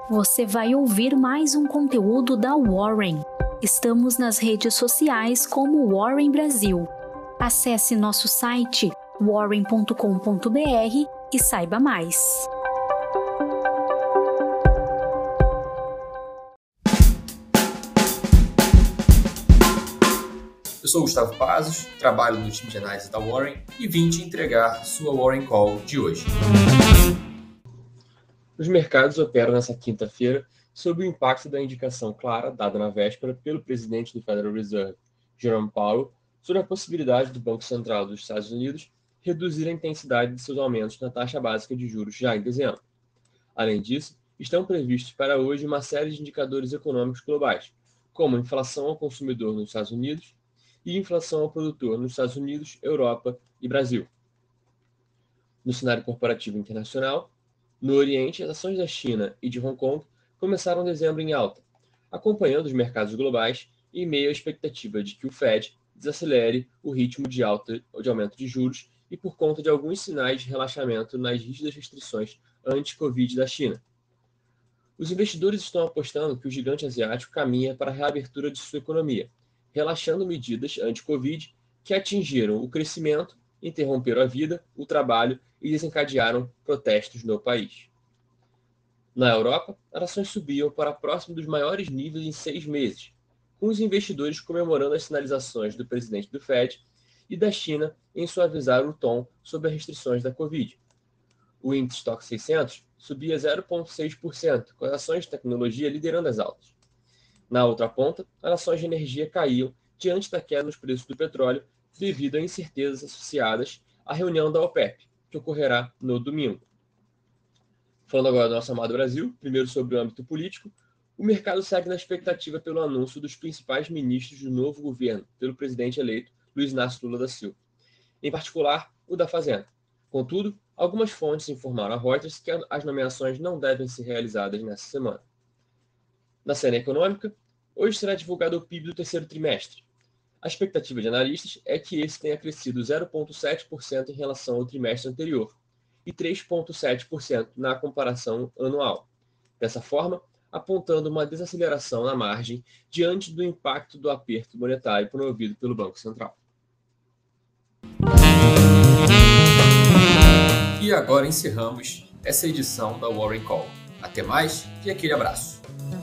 você vai ouvir mais um conteúdo da Warren. Estamos nas redes sociais como Warren Brasil. Acesse nosso site warren.com.br e saiba mais. Eu sou o Gustavo Pazos, trabalho no time de análise da Warren e vim te entregar sua Warren Call de hoje. Os mercados operam nesta quinta-feira sob o impacto da indicação clara dada na véspera pelo presidente do Federal Reserve, Jerome Powell, sobre a possibilidade do Banco Central dos Estados Unidos reduzir a intensidade de seus aumentos na taxa básica de juros já em dezembro. Além disso, estão previstos para hoje uma série de indicadores econômicos globais, como a inflação ao consumidor nos Estados Unidos e inflação ao produtor nos Estados Unidos, Europa e Brasil. No cenário corporativo internacional, no Oriente, as ações da China e de Hong Kong começaram dezembro em alta, acompanhando os mercados globais e em meio à expectativa de que o Fed desacelere o ritmo de aumento de juros e por conta de alguns sinais de relaxamento nas rígidas restrições anti-Covid da China. Os investidores estão apostando que o gigante asiático caminha para a reabertura de sua economia, relaxando medidas anti-Covid que atingiram o crescimento, interromperam a vida, o trabalho e desencadearam protestos no país. Na Europa, as ações subiam para próximo dos maiores níveis em 6 meses, com os investidores comemorando as sinalizações do presidente do Fed e da China em suavizar o tom sobre as restrições da Covid. O índice Stoxx 600 subia 0,6%, com as ações de tecnologia liderando as altas. Na outra ponta, as ações de energia caíam diante da queda nos preços do petróleo devido a incertezas associadas à reunião da OPEP, que ocorrerá no domingo. Falando agora do nosso amado Brasil, primeiro sobre o âmbito político, o mercado segue na expectativa pelo anúncio dos principais ministros do novo governo pelo presidente eleito Luiz Inácio Lula da Silva, em particular o da Fazenda. Contudo, algumas fontes informaram a Reuters que as nomeações não devem ser realizadas nessa semana. Na cena econômica, hoje será divulgado o PIB do terceiro trimestre. A expectativa de analistas é que esse tenha crescido 0,7% em relação ao trimestre anterior e 3,7% na comparação anual. Dessa forma, apontando uma desaceleração na margem diante do impacto do aperto monetário promovido pelo Banco Central. E agora encerramos essa edição da Warren Call. Até mais e aquele abraço.